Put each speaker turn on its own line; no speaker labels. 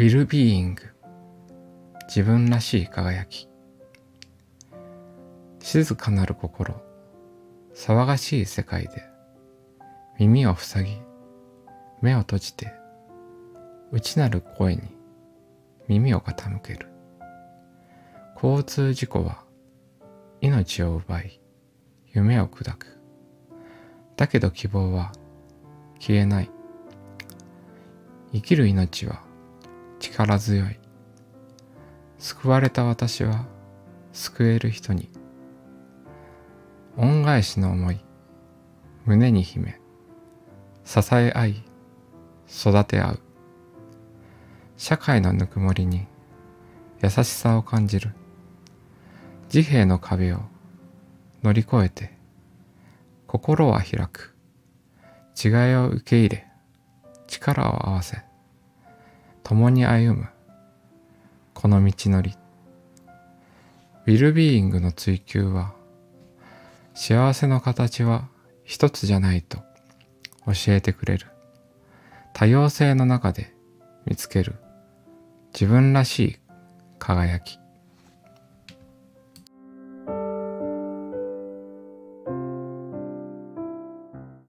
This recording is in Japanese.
ウィルビーイング、自分らしい輝き。静かなる心、騒がしい世界で耳を塞ぎ目を閉じて内なる声に耳を傾ける。交通事故は命を奪い夢を砕く。だけど希望は消えない。生きる命は力強い。救われた私は救える人に。恩返しの思い胸に秘め、支え合い育て合う。社会のぬくもりに優しさを感じる。自閉の壁を乗り越えて心は開く。違いを受け入れ力を合わせ共に歩むこの道のり。ウィルビーイングの追求は幸せの形は一つじゃないと教えてくれる。多様性の中で見つける自分らしい輝き。